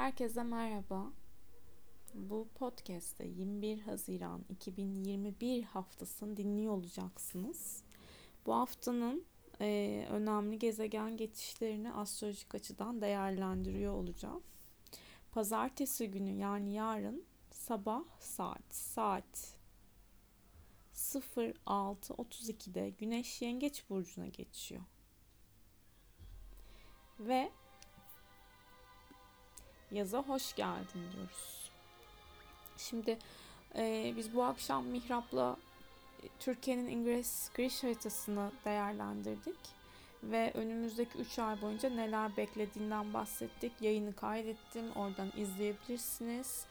Herkese merhaba. Bu podcast'te 21 Haziran 2021 haftasını dinliyor olacaksınız. Bu haftanın önemli gezegen geçişlerini astrolojik açıdan değerlendiriyor olacağım. Pazartesi günü yani yarın sabah saat 06.32'de Güneş Yengeç Burcu'na geçiyor. Ve yaza hoş geldin diyoruz. Şimdi biz bu akşam Mihrap'la Türkiye'nin İngiliz giriş haritasını değerlendirdik ve önümüzdeki 3 ay boyunca neler beklediğinden bahsettik. Yayını kaydettim, oradan izleyebilirsiniz.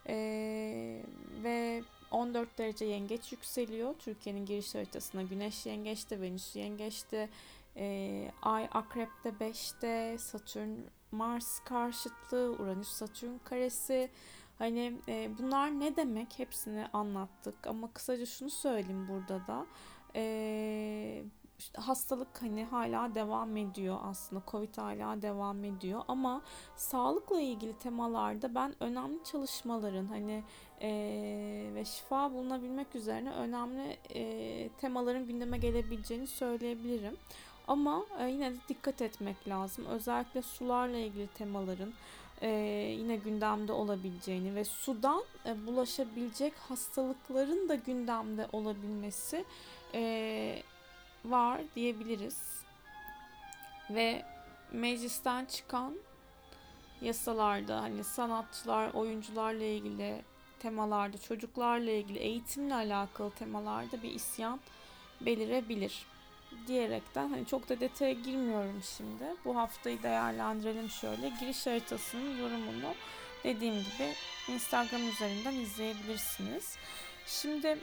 Ve 14 derece yengeç yükseliyor Türkiye'nin giriş haritasına. Güneş yengeçte, Venüs yengeçte, Ay Akrep'te 5'te, Satürn Mars karşıtlığı, Uranüs Satürn karesi. Hani bunlar ne demek hepsini anlattık ama kısaca şunu söyleyeyim burada da. İşte hastalık hani hala devam ediyor aslında, Covid hala devam ediyor ama sağlıkla ilgili temalarda ben önemli çalışmaların hani ve şifa bulunabilmek üzerine önemli temaların gündeme gelebileceğini söyleyebilirim. Ama yine de dikkat etmek lazım. Özellikle sularla ilgili temaların yine gündemde olabileceğini ve sudan bulaşabilecek hastalıkların da gündemde olabilmesi var diyebiliriz. Ve meclisten çıkan yasalarda hani sanatçılar, oyuncularla ilgili temalarda, çocuklarla ilgili, eğitimle alakalı temalarda bir isyan belirebilir diyerekten hani çok da detaya girmiyorum şimdi. Bu haftayı değerlendirelim şöyle. Giriş haritasının yorumunu dediğim gibi Instagram üzerinden izleyebilirsiniz. Şimdi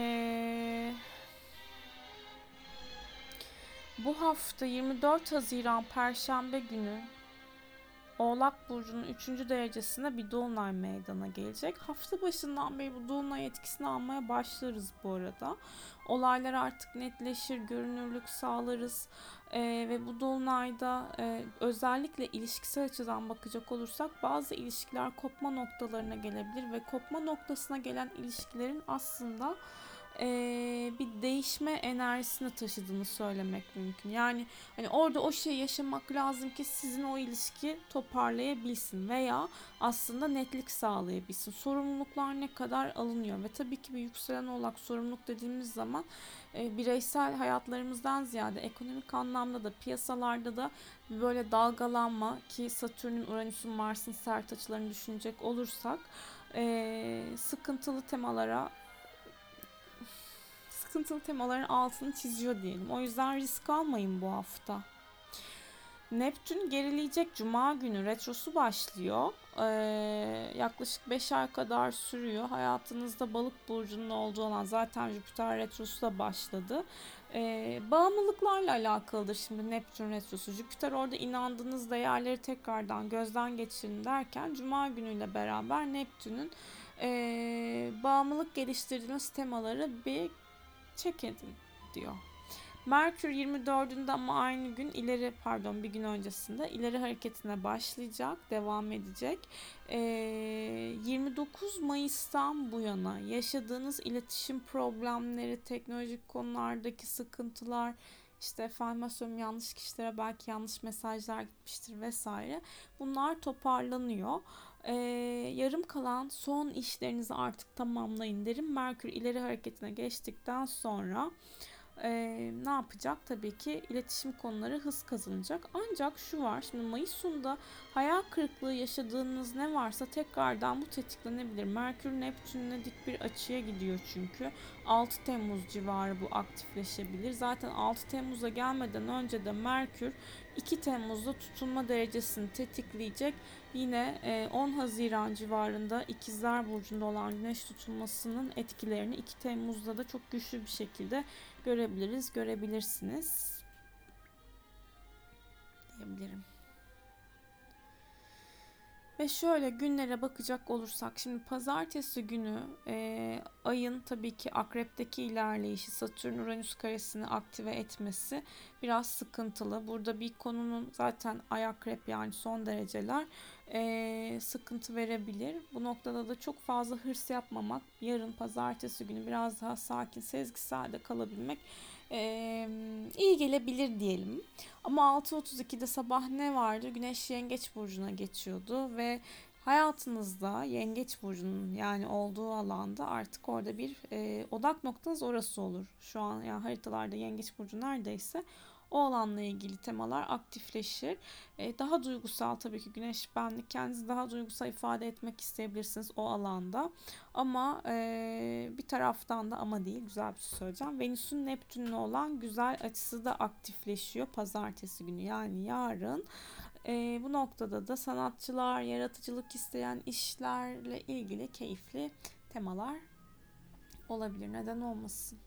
bu hafta 24 Haziran Perşembe günü Oğlak Burcu'nun 3. derecesinde bir dolunay meydana gelecek. Hafta başından beri bu dolunay etkisini almaya başlarız bu arada. Olaylar artık netleşir, görünürlük sağlarız. Ve bu dolunayda özellikle ilişkisel açıdan bakacak olursak bazı ilişkiler kopma noktalarına gelebilir ve kopma noktasına gelen ilişkilerin aslında bir değişme enerjisini taşıdığını söylemek mümkün. Yani hani orada o şeyi yaşamak lazım ki sizin o ilişki toparlayabilsin veya aslında netlik sağlayabilsin. Sorumluluklar ne kadar alınıyor ve tabii ki bir yükselen oğlak sorumluluk dediğimiz zaman bireysel hayatlarımızdan ziyade ekonomik anlamda da piyasalarda da böyle dalgalanma ki Satürn'ün, Uranüs'ün, Mars'ın sert açılarını düşünecek olursak sıkıntılı temaların altını çiziyor diyelim. O yüzden risk almayın bu hafta. Neptün gerileyecek, Cuma günü retrosu başlıyor. Yaklaşık 5 ay kadar sürüyor. Hayatınızda Balık burcunun olduğu olan zaten Jüpiter retrosu da başladı. Bağımlılıklarla alakalıdır şimdi Neptün retrosu. Jüpiter orada inandığınız değerleri tekrardan gözden geçirin derken Cuma günüyle beraber Neptün'ün bağımlılık geliştirdiğiniz temaları bir check edin diyor. Merkür 24'ünde ama aynı gün bir gün öncesinde ileri hareketine başlayacak, devam edecek. 29 Mayıs'tan bu yana yaşadığınız iletişim problemleri, teknolojik konulardaki sıkıntılar, işte efendim söyleyeyim yanlış kişilere belki yanlış mesajlar gitmiştir vesaire. Bunlar toparlanıyor. Yarım kalan son işlerinizi artık tamamlayın derim. Merkür ileri hareketine geçtikten sonra ne yapacak? Tabii ki iletişim konuları hız kazanacak. Ancak şu var, şimdi Mayıs sonunda hayal kırıklığı yaşadığınız ne varsa tekrardan bu tetiklenebilir. Merkür Neptün'le dik bir açıya gidiyor çünkü. 6 Temmuz civarı bu aktifleşebilir. Zaten 6 Temmuz'a gelmeden önce de Merkür 2 Temmuz'da tutulma derecesini tetikleyecek. Yine 10 Haziran civarında İkizler Burcu'nda olan Güneş tutulmasının etkilerini 2 Temmuz'da da çok güçlü bir şekilde görebilirsiniz diyebilirim. Ve şöyle günlere bakacak olursak, şimdi pazartesi günü ayın tabii ki akrepteki ilerleyişi, Satürn-Uranüs karesini aktive etmesi biraz sıkıntılı. Burada bir konunun zaten ay akrep, yani son dereceler sıkıntı verebilir. Bu noktada da çok fazla hırs yapmamak, yarın pazartesi günü biraz daha sakin, sezgisel de kalabilmek iyi gelebilir diyelim. Ama 6.32'de sabah ne vardı? Güneş Yengeç burcuna geçiyordu ve hayatınızda Yengeç burcunun yani olduğu alanda artık orada bir odak noktanız orası olur. Şu an yani haritalarda Yengeç burcu neredeyse o alanla ilgili temalar aktifleşir. Daha duygusal, tabii ki Güneş benlik, kendinizi daha duygusal ifade etmek isteyebilirsiniz o alanda. Ama bir taraftan da, ama değil, güzel bir şey söyleyeceğim. Venüs'ün Neptün'le olan güzel açısı da aktifleşiyor pazartesi günü, yani yarın. Bu noktada da sanatçılar, yaratıcılık isteyen işlerle ilgili keyifli temalar olabilir. Neden olmasın?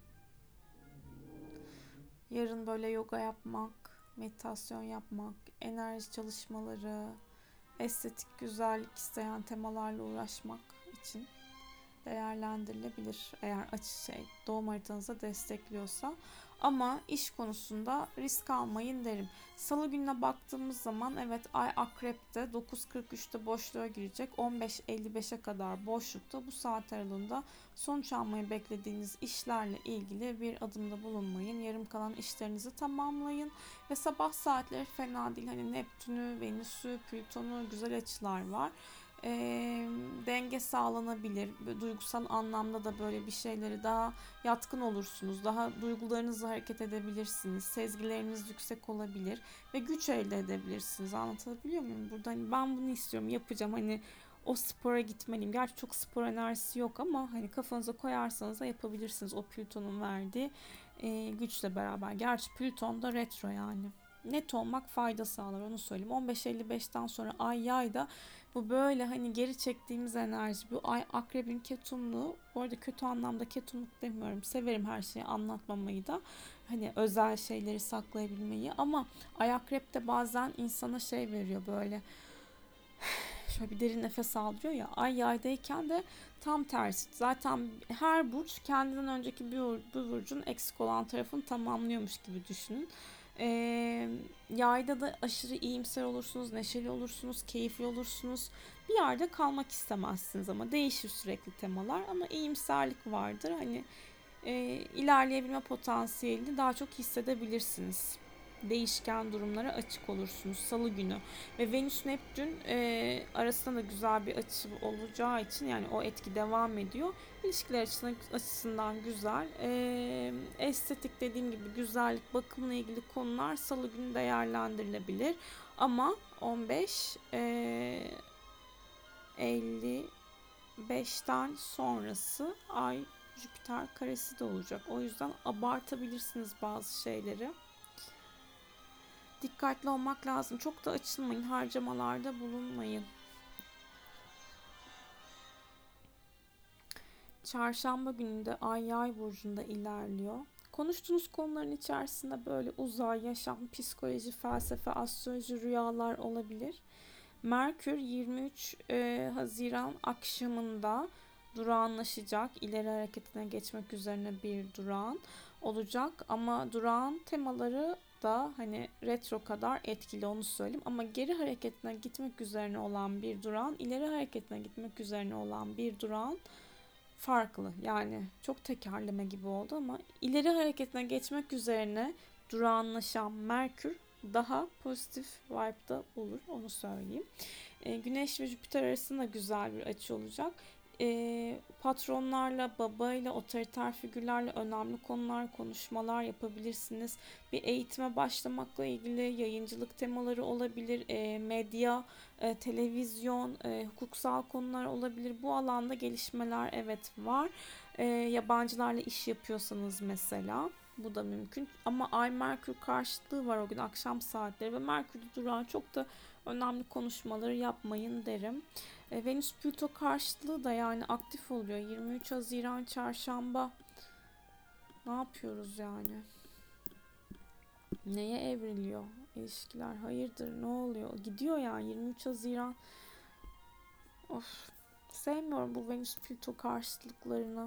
Yarın böyle yoga yapmak, meditasyon yapmak, enerji çalışmaları, estetik güzellik isteyen temalarla uğraşmak için değerlendirilebilir. Eğer doğum haritanızı destekliyorsa. Ama iş konusunda risk almayın derim. Salı gününe baktığımız zaman evet, ay akrepte 9.43'te boşluğa girecek. 15.55'e kadar boşlukta. Bu saat aralığında sonuç almayı beklediğiniz işlerle ilgili bir adımda bulunmayın. Yarım kalan işlerinizi tamamlayın. Ve sabah saatleri fena değil. Hani Neptün'ü, Venüs'ü, Plüton'u, güzel açılar var. Denge sağlanabilir. Duygusal anlamda da böyle bir şeyleri daha yatkın olursunuz. Daha duygularınızla hareket edebilirsiniz. Sezgileriniz yüksek olabilir ve güç elde edebilirsiniz. Anlatabiliyor muyum? Burada hani ben bunu istiyorum, yapacağım. Hani o spora gitmeliyim. Gerçi çok spor enerjisi yok ama hani kafanıza koyarsanız da yapabilirsiniz. O Plüton'un verdiği güçle beraber. Gerçi Plüton da retro yani. Net olmak fayda sağlar, onu söyleyeyim. 15.55'ten sonra ay yayda bu böyle hani geri çektiğimiz enerji. Bu ay akrebin ketumluğu. Bu arada kötü anlamda ketumluk demiyorum. Severim her şeyi anlatmamayı da. Hani özel şeyleri saklayabilmeyi. Ama ay akrep de bazen insana şey veriyor böyle. Şöyle bir derin nefes aldırıyor ya. Ay yaydayken de tam tersi. Zaten her burç kendinden önceki bir burcun eksik olan tarafını tamamlıyormuş gibi düşünün. Ee, Yayda da aşırı iyimser olursunuz, neşeli olursunuz, keyifli olursunuz. Bir yerde kalmak istemezsiniz ama değişir sürekli temalar, ama iyimserlik vardır. Hani ilerleyebilme potansiyelini daha çok hissedebilirsiniz. Değişken durumlara açık olursunuz Salı günü. Ve Venüs Neptün arasında da güzel bir açı olacağı için, yani o etki devam ediyor. İlişkiler açısından güzel. Estetik, dediğim gibi güzellik, bakımla ilgili konular Salı günü değerlendirilebilir. Ama 15 55'ten sonrası ay Jüpiter karesi de olacak. O yüzden abartabilirsiniz bazı şeyleri. Dikkatli olmak lazım. Çok da açılmayın, harcamalarda bulunmayın. Çarşamba günü de ay yay burcunda ilerliyor. Konuştuğunuz konuların içerisinde böyle uzay, yaşam, psikoloji, felsefe, astroloji, rüyalar olabilir. Merkür 23 Haziran akşamında durağanlaşacak. İleri hareketine geçmek üzerine bir durağan olacak. Ama durağan temaları da hani retro kadar etkili, onu söyleyeyim. Ama geri hareketine gitmek üzerine olan bir durağan, ileri hareketine gitmek üzerine olan bir durağan farklı. Yani çok tekerleme gibi oldu ama ileri hareketine geçmek üzerine durağanlaşan Merkür daha pozitif vibe'da olur, onu söyleyeyim. Güneş ve Jüpiter arasında güzel bir açı olacak. Patronlarla, babayla, otoriter figürlerle önemli konular, konuşmalar yapabilirsiniz. Bir eğitime başlamakla ilgili yayıncılık temaları olabilir. Medya, televizyon, hukuksal konular olabilir. Bu alanda gelişmeler evet var. Yabancılarla iş yapıyorsanız mesela bu da mümkün. Ama Ay Merkür karşıtlığı var o gün akşam saatleri ve Merkür'de duran çok da önemli konuşmaları yapmayın derim. Venüs Plüto karşıtlığı da yani aktif oluyor. 23 Haziran Çarşamba. Ne yapıyoruz yani? Neye evriliyor ilişkiler? Hayırdır, ne oluyor? Gidiyor yani 23 Haziran Of. Sevmiyorum bu Venüs Plüto karşıtlıklarını.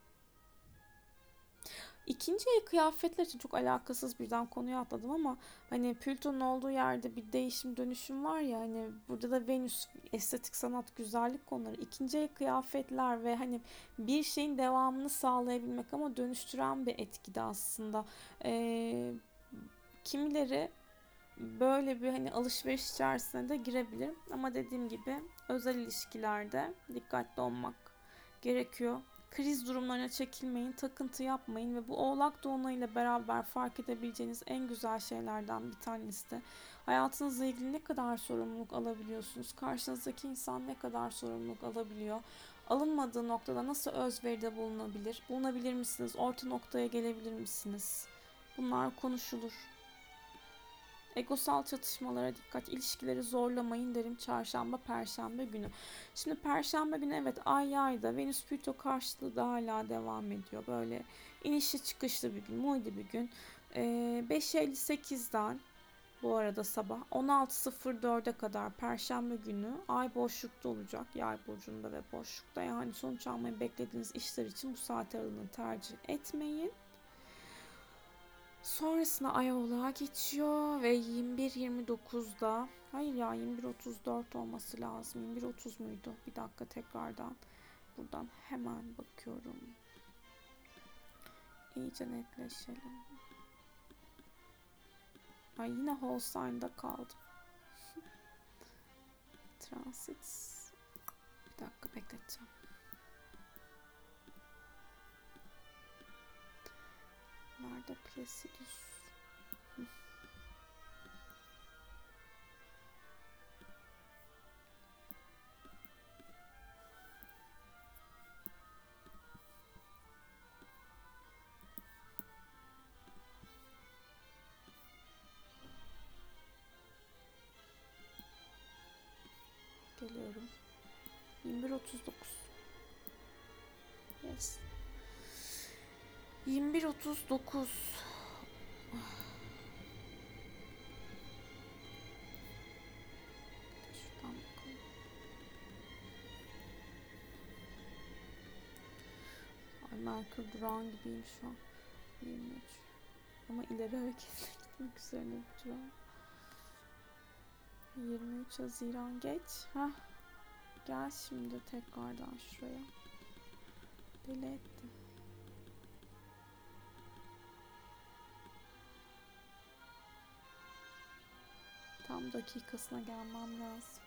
İkinci el kıyafetler için çok alakasız birden konuya atladım ama hani Plüton'un olduğu yerde bir değişim dönüşüm var ya, hani burada da Venüs, estetik sanat, güzellik konuları, ikinci el kıyafetler ve hani bir şeyin devamını sağlayabilmek ama dönüştüren bir etkide aslında. Ee, Kimileri böyle bir hani alışveriş içerisine de girebilir ama dediğim gibi özel ilişkilerde dikkatli olmak gerekiyor. Kriz durumlarına çekilmeyin, takıntı yapmayın ve bu Oğlak Dolunay'ıyla beraber fark edebileceğiniz en güzel şeylerden bir tanesi de hayatınızla ilgili ne kadar sorumluluk alabiliyorsunuz, karşınızdaki insan ne kadar sorumluluk alabiliyor, alınmadığı noktada nasıl özveride bulunabilir, bulunabilir misiniz, orta noktaya gelebilir misiniz? Bunlar konuşulur. Egosal çatışmalara dikkat, ilişkileri zorlamayın derim çarşamba, perşembe günü. Şimdi perşembe günü evet ay yayda, Venüs Plüto karşıtlığı da hala devam ediyor. Böyle inişli çıkışlı bir gün, muydu bir gün. 5.58'den bu arada sabah 16.04'e kadar perşembe günü ay boşlukta olacak. Yay burcunda ve boşlukta. Yani sonuç almayı beklediğiniz işler için bu saat aralığını tercih etmeyin. Sonrasında ay oğlağa geçiyor ve 21.29'da, hayır ya 21.34 olması lazım. 21.30 muydu? Bir dakika tekrardan. Buradan hemen bakıyorum. İyice netleşelim. Ay yine Holstein'da kaldım. Transit. Bir dakika bekleteceğim. Nerede Placidus? Geliyorum. 21.39. Yes. 21.39. Şuradan bakalım. Ay Merkür durağan gibiyim şu an. 23. Ama ileri hareketle gitmek üzerine bir durağan. 23 Haziran geç. Hah. Gel şimdi tekrardan şuraya. Deli etti. Tam dakikasına gelmem lazım.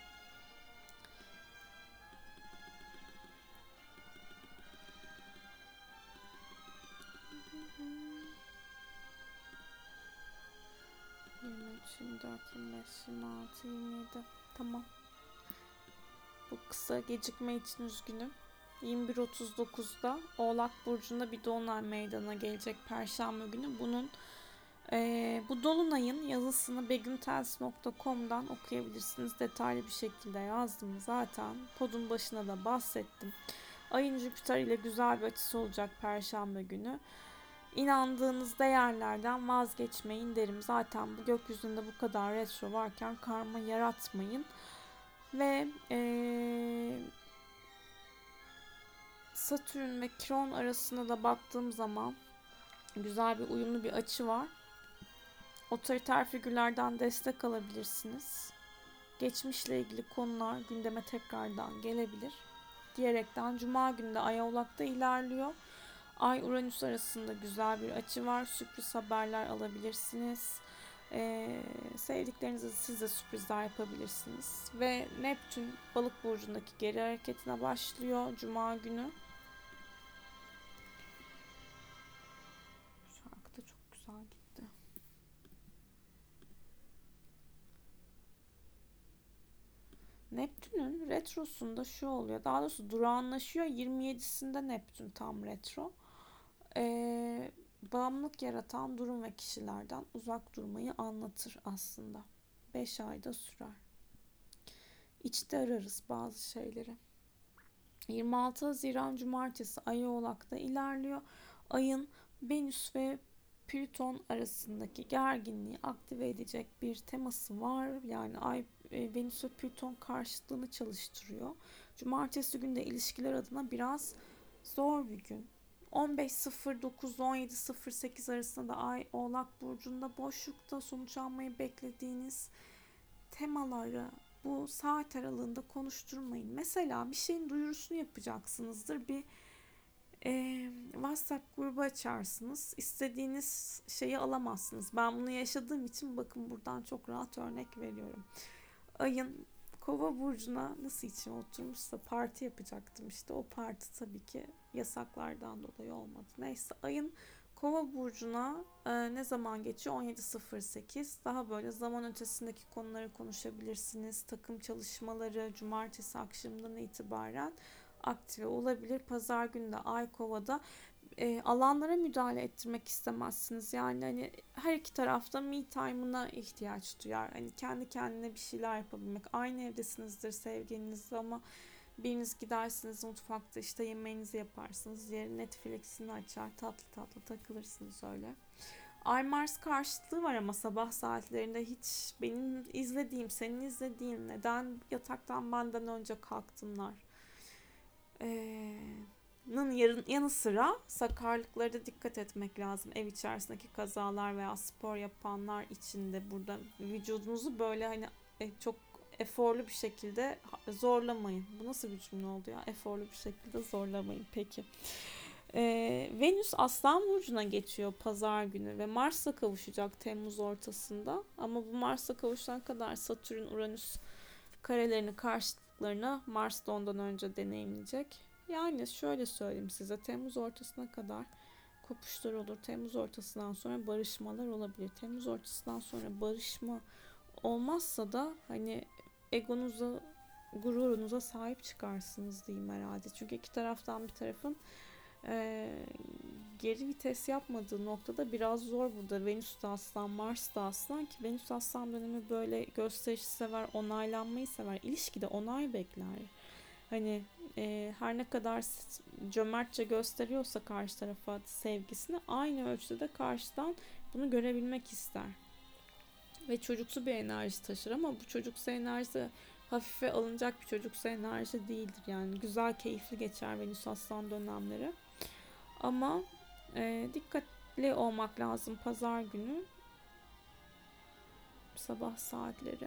Yirmi üç, 24, 25, 26, 27. Tamam. Bu kısa gecikme için üzgünüm. 21.39'da Oğlak Burcu'nda bir dolunay meydana gelecek Perşembe günü. Bu dolunayın yazısını begümtels.com'dan okuyabilirsiniz. Detaylı bir şekilde yazdım zaten. Podun başına da bahsettim. Ayın Jüpiter ile güzel bir açısı olacak Perşembe günü. İnandığınız değerlerden vazgeçmeyin derim. Zaten bu gökyüzünde bu kadar retro varken karma yaratmayın. Ve Satürn ve Kiron arasında da baktığım zaman güzel bir uyumlu bir açı var. Otoriter figürlerden destek alabilirsiniz. Geçmişle ilgili konular gündeme tekrardan gelebilir. Diyerekten Cuma günü de Ay Oğlak'ta ilerliyor. Ay Uranüs arasında güzel bir açı var. Sürpriz haberler alabilirsiniz. Sevdiklerinize siz de sürprizler yapabilirsiniz. Ve Neptün Balık burcundaki geri hareketine başlıyor Cuma günü. Şarkı da çok güzel gitti. Neptün'ün retrosunda şu oluyor. Daha doğrusu durağanlaşıyor. 27'sinde Neptün tam retro. Bağımlılık yaratan durum ve kişilerden uzak durmayı anlatır aslında. 5 ayda sürer. İçte ararız bazı şeyleri. 26 Haziran Cumartesi Ay Oğlak'ta ilerliyor. Ayın Venüs ve Plüton arasındaki gerginliği aktive edecek bir teması var. Yani Ay Venüs ve Plüton karşıtlığını çalıştırıyor. Cumartesi günü de ilişkiler adına biraz zor bir gün. 15.09-17.08 arasında da Ay Oğlak Burcu'nda boşlukta, sonuç almayı beklediğiniz temaları bu saat aralığında konuşturmayın. Mesela bir şeyin duyurusunu yapacaksınızdır. Bir WhatsApp grubu açarsınız. İstediğiniz şeyi alamazsınız. Ben bunu yaşadığım için bakın buradan çok rahat örnek veriyorum. Ayın Kova burcuna nasıl içime oturmuşsa parti yapacaktım işte. O parti tabii ki yasaklardan dolayı olmadı. Neyse, ayın Kova burcuna ne zaman geçiyor? 17.08. Daha böyle zaman ötesindeki konuları konuşabilirsiniz. Takım çalışmaları cumartesi akşamından itibaren aktive olabilir. Pazar günü de Ay Kova'da alanlara müdahale ettirmek istemezsiniz. Yani hani her iki tarafta me time'ına ihtiyaç duyar. Hani kendi kendine bir şeyler yapabilmek. Aynı evdesinizdir sevgilinizle ama biriniz gidersiniz mutfakta işte yemeğinizi yaparsınız. Diğeri Netflix'ini açar, tatlı tatlı takılırsınız öyle. Ay Mars karşıtlığı var ama sabah saatlerinde hiç benim izlediğim, senin izlediğin, neden yataktan benden önce kalktınlar yanı sıra sakarlıklara da dikkat etmek lazım. Ev içerisindeki kazalar veya spor yapanlar için de burada vücudunuzu böyle hani çok eforlu bir şekilde zorlamayın. Bu nasıl bir cümle oldu ya? Eforlu bir şekilde zorlamayın. Peki. Venüs Aslan Burcu'na geçiyor pazar günü ve Mars'la kavuşacak Temmuz ortasında. Ama bu Mars'la kavuşana kadar Satürn, Uranüs karelerini karşıtlıklarını Mars da ondan önce deneyimleyecek. Yani şöyle söyleyeyim size, Temmuz ortasına kadar kopuşlar olur. Temmuz ortasından sonra barışmalar olabilir. Temmuz ortasından sonra barışma olmazsa da hani egonuza, gururunuza sahip çıkarsınız diyeyim herhalde. Çünkü iki taraftan bir tarafın geri vites yapmadığı noktada biraz zor burada. Venüs de Aslan, Mars da Aslan ki Venüs Aslan dönemi böyle gösterişi sever, onaylanmayı sever. İlişkide onay bekler. Hani her ne kadar cömertçe gösteriyorsa karşı tarafa sevgisini aynı ölçüde de karşıdan bunu görebilmek ister. Ve çocuksu bir enerji taşır ama bu çocuksu enerji hafife alınacak bir çocuksu enerji değildir. Yani güzel, keyifli geçer Venüs Aslan dönemleri. Ama dikkatli olmak lazım pazar günü sabah saatleri.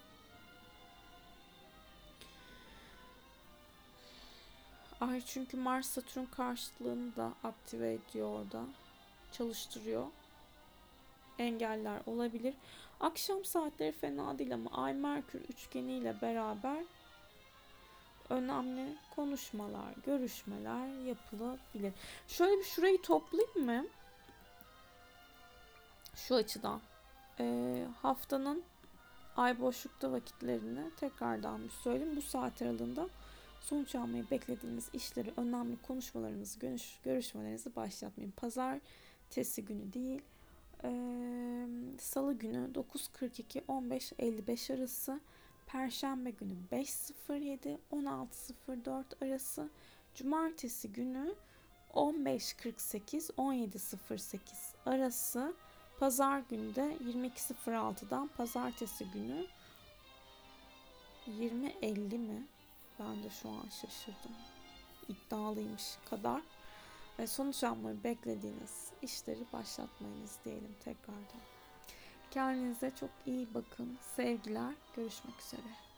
Ay çünkü Mars Satürn karşıtlığını da aktive ediyor orada. Çalıştırıyor. Engeller olabilir. Akşam saatleri fena değil ama Ay Merkür üçgeniyle beraber önemli konuşmalar, görüşmeler yapılabilir. Şöyle bir şurayı toplayayım mı? Şu açıdan. Haftanın ay boşlukta vakitlerini tekrardan bir söyleyeyim. Bu saat aralığında sonuç almayı beklediğiniz işleri, önemli konuşmalarınızı, görüşmelerinizi başlatmayın. Pazartesi günü değil, Salı günü 9.42-15.55 arası, Perşembe günü 5.07-16.04 arası, Cumartesi günü 15.48-17.08 arası, Pazar günü de 22.06'dan Pazartesi günü 20.50 mi? Ben de şu an şaşırdım. İddialıymış kadar. Sonuç almayı beklediğiniz işleri başlatmayınız diyelim tekrardan. Kendinize çok iyi bakın. Sevgiler. Görüşmek üzere.